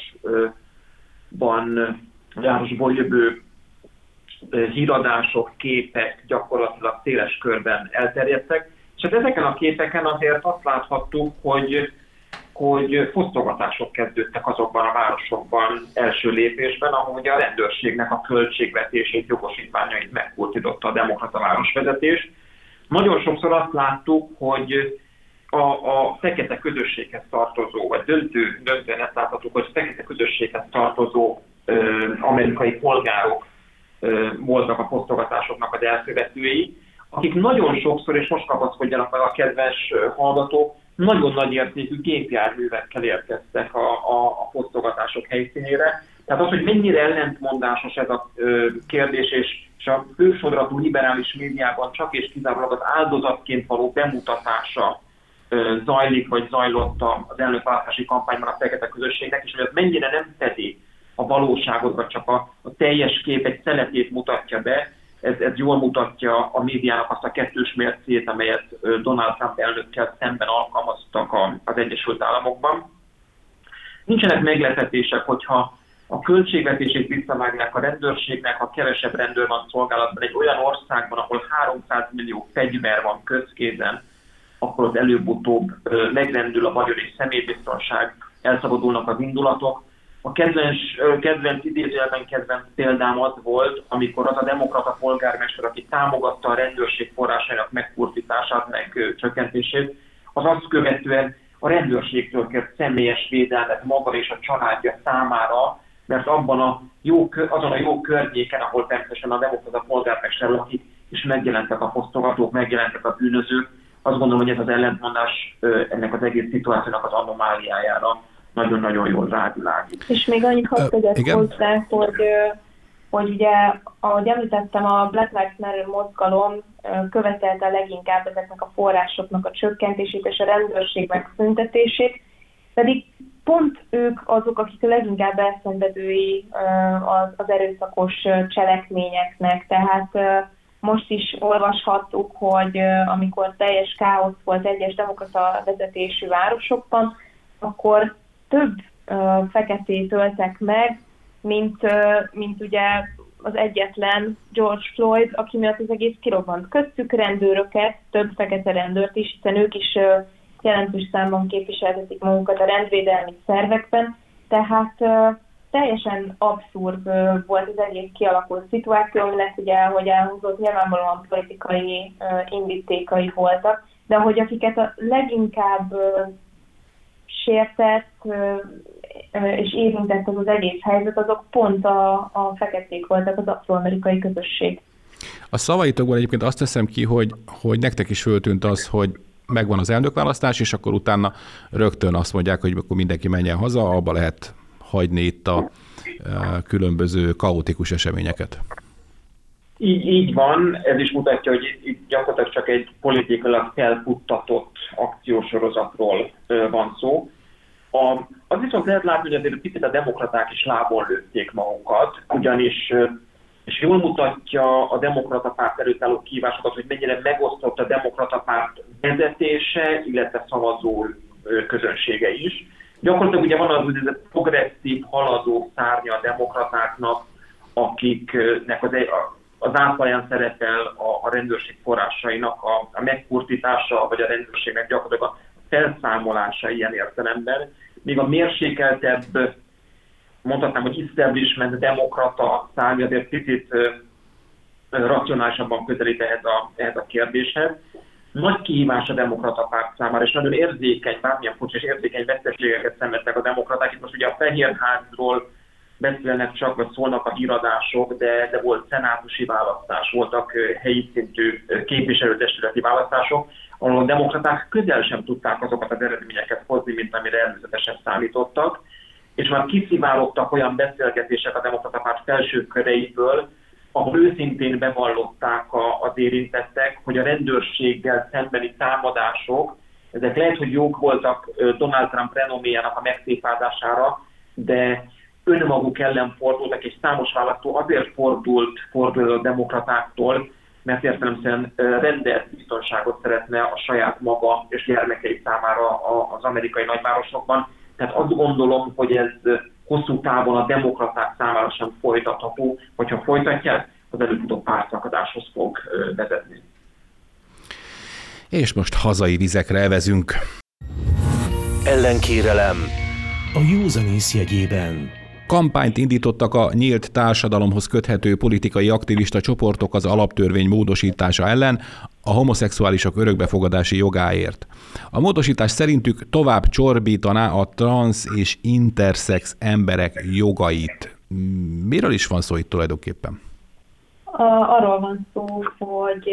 városból jövő híradások, képek gyakorlatilag széles körben elterjedtek. És hát ezeken a képeken azért azt láthattuk, hogy fosztogatások kezdődtek azokban a városokban első lépésben, ahol ugye a rendőrségnek a költségvetését, jogosítványait megkurtította a demokrata városvezetés. Nagyon sokszor azt láttuk, hogy a fekete közösséghez tartozó, vagy döntően ezt láthatjuk, hogy fekete közösséghez tartozó amerikai polgárok voltak a fosztogatásoknak az elkövetői, akik nagyon sokszor, és most kapaszkodjanak meg a kedves hallgatók, nagyon nagy értékű gépjárművekkel érkeztek a fosztogatások helyszínére. Tehát az, hogy mennyire ellentmondásos ez a kérdés, és a fősodratú liberális médiában csak és kizárólag az áldozatként való bemutatása zajlik, vagy zajlott az elnökválasztási kampányban a fekete közösségnek, és hogy ez mennyire nem fedi a valóságot, vagy csak a teljes kép egy szeletét mutatja be, ez jól mutatja a médiának azt a kettős mércét, amelyet Donald Trump elnökkel szemben alkalmaztak az Egyesült Államokban. Nincsenek meglepetések, hogyha a költségvetését visszavágják a rendőrségnek, ha kevesebb rendőr van szolgálatban egy olyan országban, ahol 300 millió fegyver van közkézen, akkor az előbb-utóbb megrendül a vagyon és személybiztonság, elszabadulnak az indulatok. A kedvenc idézőjelben kedvenc példám az volt, amikor az a demokrata polgármester, aki támogatta a rendőrség forrásainak megkurtítását, meg csökkentését, az azt követően a rendőrségtől kért személyes védelmet maga és a családja számára, mert azon a jó környéken, ahol természetesen a demokrata polgármester lakik, és megjelentek a fosztogatók, megjelentek a bűnözők, azt gondolom, hogy ez az ellentmondás ennek az egész szituációnak az anomáliájára nagyon-nagyon jól rávilágít. És még annyit hadd tegyek hozzá, hogy ugye, ahogy említettem, a Black Lives Matter mozgalom követelte leginkább ezeknek a forrásoknak a csökkentését és a rendőrség megszüntetését, pedig pont ők azok, akik a leginkább elszenvedői az erőszakos cselekményeknek. Tehát most is olvashattuk, hogy amikor teljes káosz volt egyes demokrata vezetésű városokban, akkor több feketét öltek meg, mint ugye az egyetlen George Floyd, aki miatt az egész kirobbant. Köztük rendőröket, több fekete rendőrt is, hiszen ők is jelentős számban képviseltetik magukat a rendvédelmi szervekben, tehát teljesen abszurd volt az egész kialakult szituáció, aminek ugye, ahogy elhangzott, nyilvánvalóan politikai indítékai voltak, de hogy akiket a leginkább sértett és érintett az egész helyzet, azok pont a feketék voltak, az afroamerikai közösség. A szavaitokból egyébként azt teszem ki, hogy nektek is föltűnt az, hogy megvan az elnökválasztás, és akkor utána rögtön azt mondják, hogy akkor mindenki menjen haza, abba lehet hagyni itt a különböző kaotikus eseményeket. Így van, ez is mutatja, hogy itt gyakorlatilag csak egy politikailag felfuttatott akciósorozatról van szó. Az viszont lehet látni, hogy azért picit a demokraták is lábon lőtték magukat, ugyanis és jól mutatja a demokrata párt előtt álló kihívásokat, hogy mennyire megosztott a demokrata párt vezetése, illetve szavazó közönsége is. Gyakorlatilag ugye van az úgynevezett progresszív haladó szárnya a demokratáknak, akiknek az átlaján szerepel a rendőrség forrásainak a megkurtítása, vagy a rendőrségnek gyakorlatilag a felszámolása ilyen értelemben. Míg a mérsékeltebb, mondhatnám, hogy establishment demokrata szárny azért picit racionálisabban közelít ehhez a kérdéshez. Nagy kihívás a demokrata párt számára, és nagyon érzékeny, bármilyen furcsa és érzékeny veszteségeket szenvedtek a demokraták. Itt most ugye a Fehérházról beszélnek csak, vagy szólnak a híradások, de volt szenátusi választás, voltak helyi szintű képviselőtestületi választások, ahol a demokraták közel sem tudták azokat az eredményeket hozni, mint amire előzetesen számítottak, és már kiszivárogtak olyan beszélgetések a demokrata párt felső köreiből, ahol őszintén bevallották az érintettek, hogy a rendőrséggel szembeni támadások, ezek lehet, hogy jók voltak Donald Trump renoméjának a megszépázására, de önmaguk ellen fordultak, és számos választó azért fordult a demokratáktól, mert értelemszerűen rendelt biztonságot szeretne a saját maga és gyermekei számára az amerikai nagyvárosokban. Tehát azt gondolom, hogy ez hosszú távon a demokraták számára sem folytatható, hogyha folytatják, az előbb-utóbb pártszakadáshoz fog vezetni. És most hazai vizekre evezünk. Ellenkérelem a józanész jegyében. Kampányt indítottak a nyílt társadalomhoz köthető politikai aktivista csoportok az alaptörvény módosítása ellen, a homoszexuálisok örökbefogadási jogáért. A módosítás szerintük tovább csorbítaná a transz és interszex emberek jogait. Miről is van szó itt tulajdonképpen? Arról van szó, hogy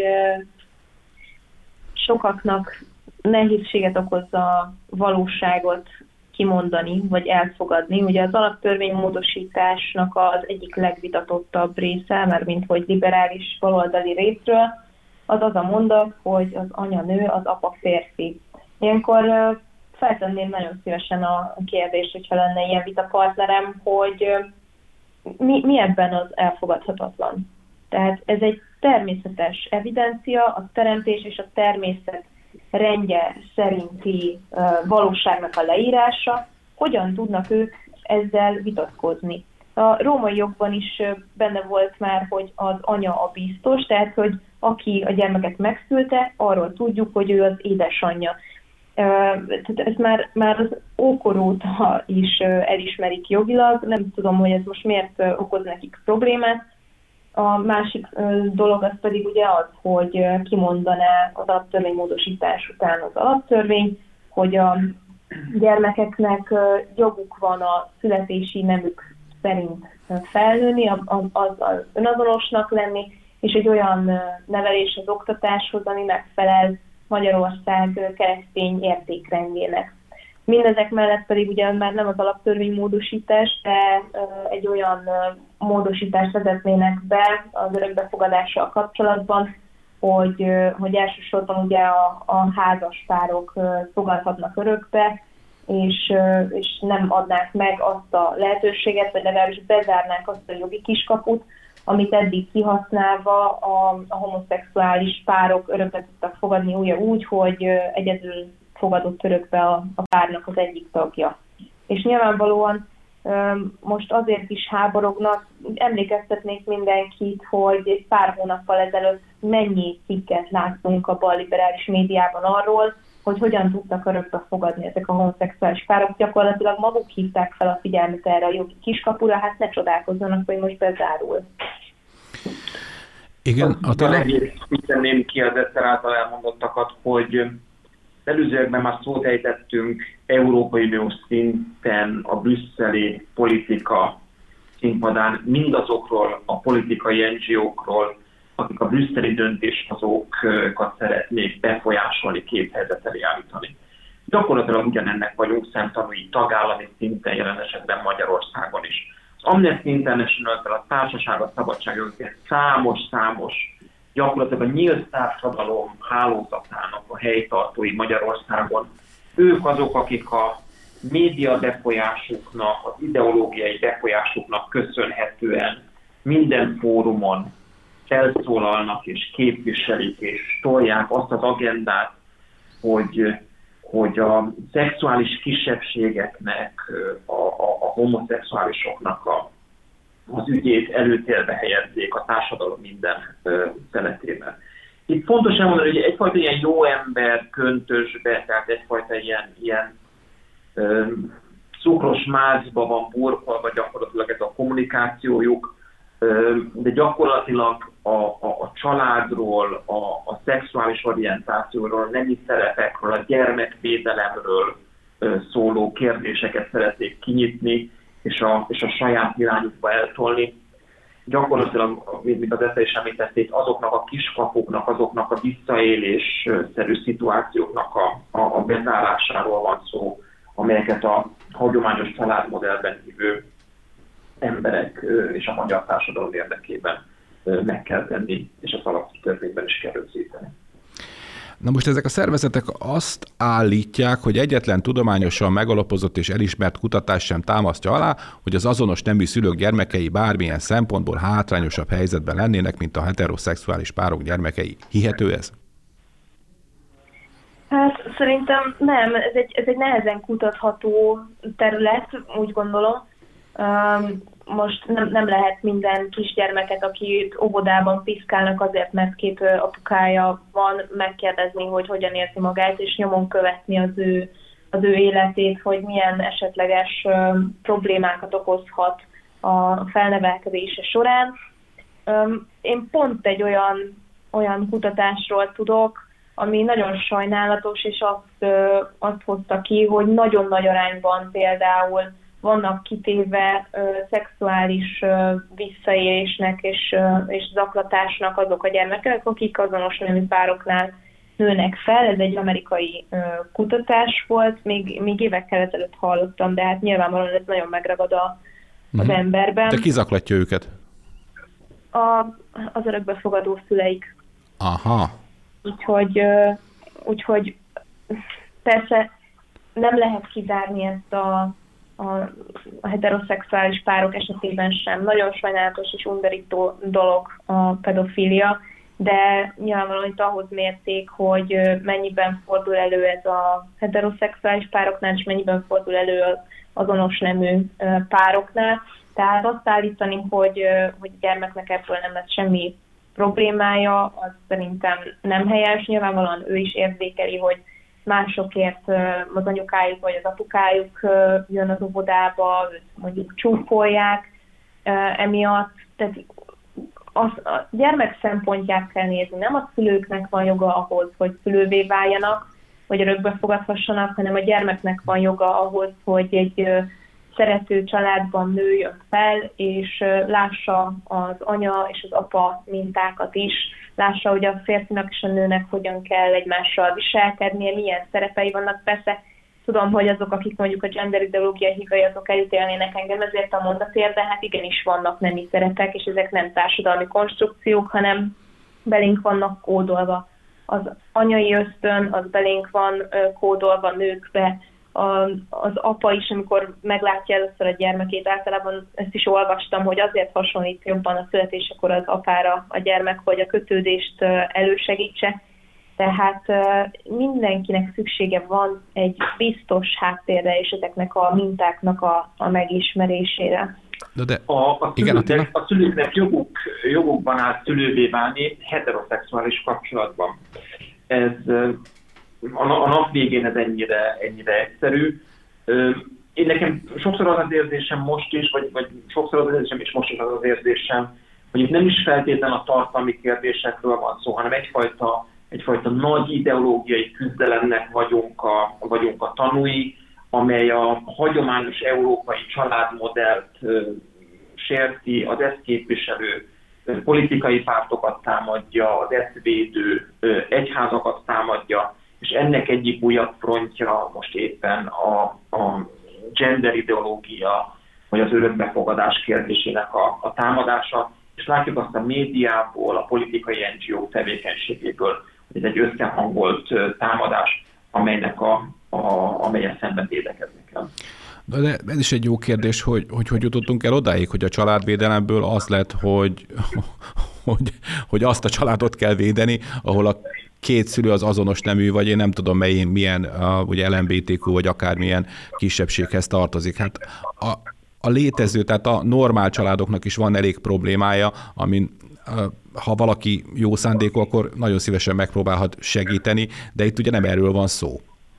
sokaknak nehézséget okoz a valóságot kimondani, vagy elfogadni. Ugye az alaptörvénymódosításnak az egyik legvitatottabb része, mert mint hogy liberális baloldali részről, az a mondat, hogy az anya nő, az apa férfi. Ilyenkor feltenném nagyon szívesen a kérdést, hogyha lenne ilyen vitapartnerem, hogy mi ebben az elfogadhatatlan. Tehát ez egy természetes evidencia, a teremtés és a természet rendje szerinti valóságnak a leírása, hogyan tudnak ők ezzel vitatkozni. A római jogban is benne volt már, hogy az anya a biztos, tehát hogy aki a gyermeket megszülte, arról tudjuk, hogy ő az édesanyja. Tehát ezt már az ókor óta is elismerik jogilag, nem tudom, hogy ez most miért okoz nekik problémát. A másik dolog az pedig ugye az, hogy kimondaná az alaptörvénymódosítás után az alaptörvény, hogy a gyermekeknek joguk van a születési nemük szerint felnőni, az önazonosnak lenni, és egy olyan nevelés az oktatáshoz, ami megfelel Magyarország keresztény értékrendjének. Mindezek mellett pedig ugye már nem az alaptörvénymódosítás, de egy olyan módosítást vezetnének be az örökbefogadással kapcsolatban, hogy elsősorban ugye a házas párok fogadhatnak örökbe, és nem adnák meg azt a lehetőséget, vagy legalábbis bezárnák azt a jogi kiskaput, amit eddig kihasználva a homoszexuális párok örökbe tudtak fogadni úgy, hogy egyedül fogadott örökbe a párnak az egyik tagja. És nyilvánvalóan most azért is háborognak, emlékeztetnék mindenkit, hogy egy pár hónappal ezelőtt mennyi cikket láttunk a balliberális médiában arról, hogy hogyan tudtak örökbe fogadni ezek a homoszexuális párok. Gyakorlatilag maguk hívták fel a figyelmet erre a jogi kiskapura, hát ne csodálkozzanak, hogy most bezárul. Igen, Tenném ki az Eszter által elmondottakat, hogy előzőekben már szót ejtettünk Európai Uniós szinten a brüsszeli politika színpadán mindazokról a politikai NGO-król, akik a brüsszeli döntéshozókat szeretnék befolyásolni, képhelyzet elé állítani. Gyakorlatilag ugyanennek vagyunk szemtanúi tagállami szinten, jelen esetben Magyarországon is. Az Amnesty International-tel, a Társaság a Szabadságjogokért számos gyakorlatilag a nyílt társadalom hálózatának a helytartói Magyarországon. Ők azok, akik a média befolyásuknak, az ideológiai befolyásuknak köszönhetően minden fórumon felszólalnak és képviselik és tolják azt az agendát, hogy a szexuális kisebbségeknek, a homoszexuálisoknak az ügyét előtérbe helyezzék a társadalom minden szeletében. Itt fontos elmondani, hogy egyfajta ilyen jó ember köntösbe, tehát egyfajta ilyen cukros mázba van burkolva gyakorlatilag ez a kommunikációjuk, de gyakorlatilag a családról, a szexuális orientációról, a nemi szerepekről, a gyermekvédelemről szóló kérdéseket szeretnék kinyitni, és a saját irányukba eltolni. Gyakorlatilag, mint az Eszter is említették, azoknak a kiskapuknak, azoknak a visszaélésszerű szituációknak a bezárásáról van szó, amelyeket a hagyományos családmodellben hívő emberek és a magyar társadalom érdekében meg kell tenni, és az alaptörvényben is kell rögzíteni. Na most ezek a szervezetek azt állítják, hogy egyetlen tudományosan megalapozott és elismert kutatás sem támasztja alá, hogy az azonos nemű szülők gyermekei bármilyen szempontból hátrányosabb helyzetben lennének, mint a heteroszexuális párok gyermekei. Hihető ez? Hát szerintem nem, ez egy nehezen kutatható terület, úgy gondolom. Most nem lehet minden kisgyermeket, akit óvodában piszkálnak azért, mert két apukája van, megkérdezni, hogy hogyan érzi magát, és nyomon követni az ő életét, hogy milyen esetleges problémákat okozhat a felnevelkedése során. Én pont egy olyan kutatásról tudok, ami nagyon sajnálatos, és azt hozta ki, hogy nagyon nagy arányban például vannak kitéve szexuális visszaélésnek és zaklatásnak azok a gyermekek, akik azonos nemű pároknál nőnek fel. Ez egy amerikai kutatás volt, még évekkel ezelőtt hallottam, de hát nyilvánvalóan ez nagyon megragad az emberben. De ki zaklatja őket? Az örökbefogadó szüleik. Aha. Úgyhogy persze nem lehet kizárni ezt a heteroszexuális párok esetében sem. Nagyon sajnálatos és undorító dolog a pedofília, de nyilvánvalóan itt ahhoz mérték, hogy mennyiben fordul elő ez a heteroszexuális pároknál, és mennyiben fordul elő az azonos nemű pároknál. Tehát azt állítani, hogy gyermeknek ebből nem lesz semmi problémája, az szerintem nem helyes. Nyilvánvalóan ő is érzékeli, hogy másokért az anyukájuk vagy az apukájuk jön az óvodába, mondjuk csúfolják emiatt. Tehát a gyermek szempontját kell nézni. Nem a szülőknek van joga ahhoz, hogy szülővé váljanak, vagy örökbe fogadhassanak, hanem a gyermeknek van joga ahhoz, hogy egy szerető családban nőjön fel, és lássa az anya és az apa mintákat is, lássa, hogy a férfinak és a nőnek hogyan kell egymással viselkednie, milyen szerepei vannak. Persze tudom, hogy azok, akik mondjuk a gender ideológia hívei, azok elítélnének engem ezért a mondatért, de hát igenis vannak nemi szerepek, és ezek nem társadalmi konstrukciók, hanem belénk vannak kódolva. Az anyai ösztön, az belénk van kódolva nőkbe, az apa is, amikor meglátja először a gyermekét, általában ezt is olvastam, hogy azért hasonlít jobban a születésekor az apára a gyermek, hogy a kötődést elősegítse. Tehát mindenkinek szüksége van egy biztos háttérre és ezeknek a mintáknak a megismerésére. A szülőknek jogukban áll szülővé válni heteroszexuális kapcsolatban. Ez a nap végén ez ennyire egyszerű. Én nekem sokszor az érzésem most is, vagy sokszor az érzésem és most is az érzésem, hogy itt nem is feltétlen a tartalmi kérdésekről van szó, hanem egyfajta nagy ideológiai küzdelemnek vagyunk a tanúi, amely a hagyományos európai családmodellt sérti, az ezt képviselő politikai pártokat támadja, az ezt védő egyházakat támadja, és ennek egyik újabb frontja most éppen a gender ideológia, vagy az örökbefogadás kérdésének a támadása, és látjuk azt a médiából, a politikai NGO tevékenységéből, hogy ez egy összehangolt támadás, amelyen szemben védekezni kell. De ez is egy jó kérdés, hogy jutottunk el odáig, hogy a családvédelemből az lett, hogy azt a családot kell védeni, ahol a két szülő az azonos nemű, vagy én nem tudom milyen ugye LMBTQ, vagy akármilyen kisebbséghez tartozik. Hát a létező, tehát a normál családoknak is van elég problémája, amin ha valaki jó szándékú, akkor nagyon szívesen megpróbálhat segíteni, de itt ugye nem erről van szó.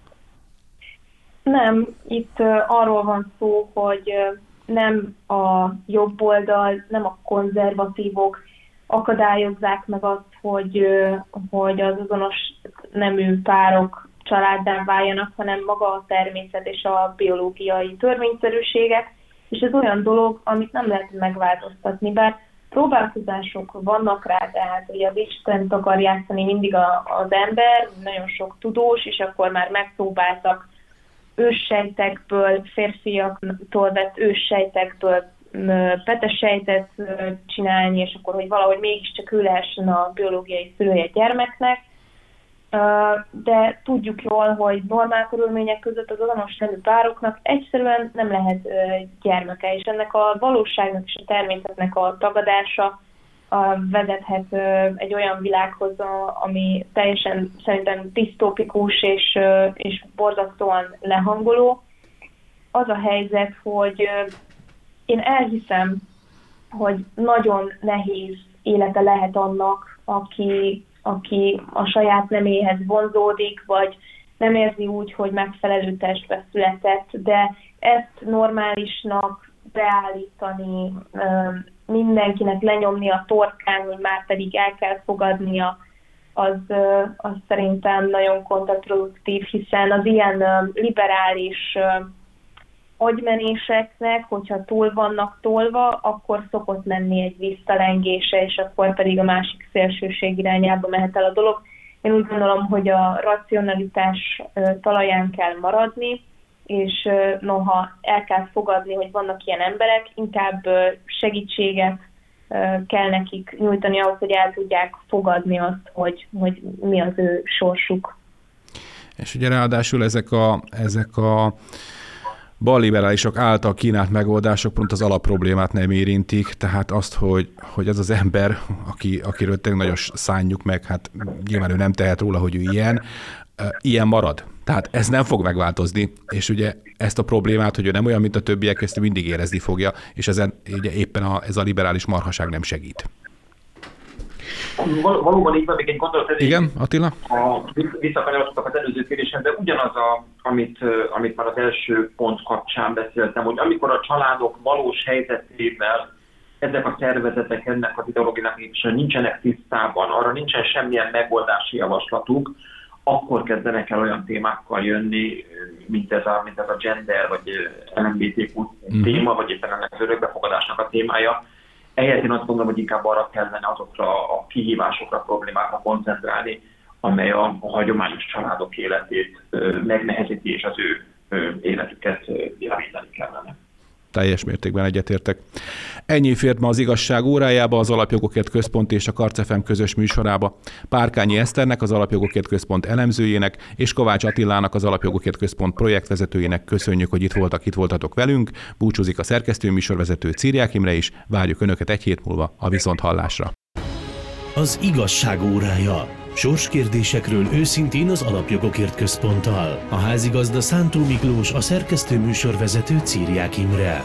Nem, itt arról van szó, hogy nem a jobb oldal, nem a konzervatívok akadályozzák meg azt, hogy az azonos nemű párok családdá váljanak, hanem maga a természet és a biológiai törvényszerűségek, és ez olyan dolog, amit nem lehet megváltoztatni, bár próbálkozások vannak rá, tehát ugye az Istent akar játszani mindig az ember, nagyon sok tudós, és akkor már megpróbáltak őssejtekből, férfiaktól vett őssejtekből petesejtet csinálni, és akkor, hogy valahogy mégiscsak ő lehessen a biológiai szülője gyermeknek. De tudjuk jól, hogy normál körülmények között az azonos nemű pároknak egyszerűen nem lehet gyermeke, és ennek a valóságnak és a természetnek a tagadása vezethet egy olyan világhoz, ami teljesen szerintem disztópikus és borzasztóan lehangoló. Az a helyzet, hogy én elhiszem, hogy nagyon nehéz élete lehet annak, aki a saját neméhez vonzódik, vagy nem érzi úgy, hogy megfelelő testbe született, de ezt normálisnak beállítani, mindenkinek lenyomni a torkán, hogy már pedig el kell fogadnia, az szerintem nagyon kontraproduktív, hiszen az ilyen liberális agymenéseknek, hogyha túl vannak tolva, akkor szokott lenni egy visszalengése, és akkor pedig a másik szélsőség irányába mehet el a dolog. Én úgy gondolom, hogy a racionalitás talaján kell maradni, és noha el kell fogadni, hogy vannak ilyen emberek, inkább segítséget kell nekik nyújtani ahhoz, hogy el tudják fogadni azt, hogy mi az ő sorsuk. És ugye ráadásul ezek a balliberálisok által kínált megoldások pont az alapproblémát nem érintik, tehát azt, hogy ez az ember, akiről tényleg nagyon szánjuk meg, hát nyilván ő nem tehet róla, hogy ő ilyen marad. Tehát ez nem fog megváltozni, és ugye ezt a problémát, hogy ő nem olyan, mint a többiek, ezt mindig érezni fogja, és ezen ugye éppen ez a liberális marhaság nem segít. Valóban így van, még egy gondolat. Igen, Attila? Visszakanyarodtak az előző kérdésen, de ugyanaz, amit már az első pont kapcsán beszéltem, hogy amikor a családok valós helyzetével ezek a szervezetek, ennek az ideológiának nincsenek tisztában, arra nincsen semmilyen megoldási javaslatuk, akkor kezdenek el olyan témákkal jönni, mint ez a gender, vagy LMBTQ téma, vagy éppen ennek az örökbefogadásnak a témája. Ehhez én azt gondolom, hogy inkább arra kellene azokra a kihívásokra, problémákra koncentrálni, amely a hagyományos családok életét megnehezíti, és az ő életüket javítani kellene. Teljes mértékben egyetértek. Ennyi fért ma az Igazság órájába, az Alapjogokért Központ és a Karc FM közös műsorába. Párkányi Eszternek, az Alapjogokért Központ elemzőjének, és Kovács Attilának, az Alapjogokért Központ projektvezetőjének köszönjük, hogy itt voltatok velünk. Búcsúzik a szerkesztő műsorvezető Círiák Imre is. Várjuk Önöket egy hét múlva a Viszonthallásra. Az Igazság órája. Sorskérdésekről őszintén az Alapjogokért Központtal. A házigazda Szántó Miklós, a szerkesztő műsorvezető Círiák Imre.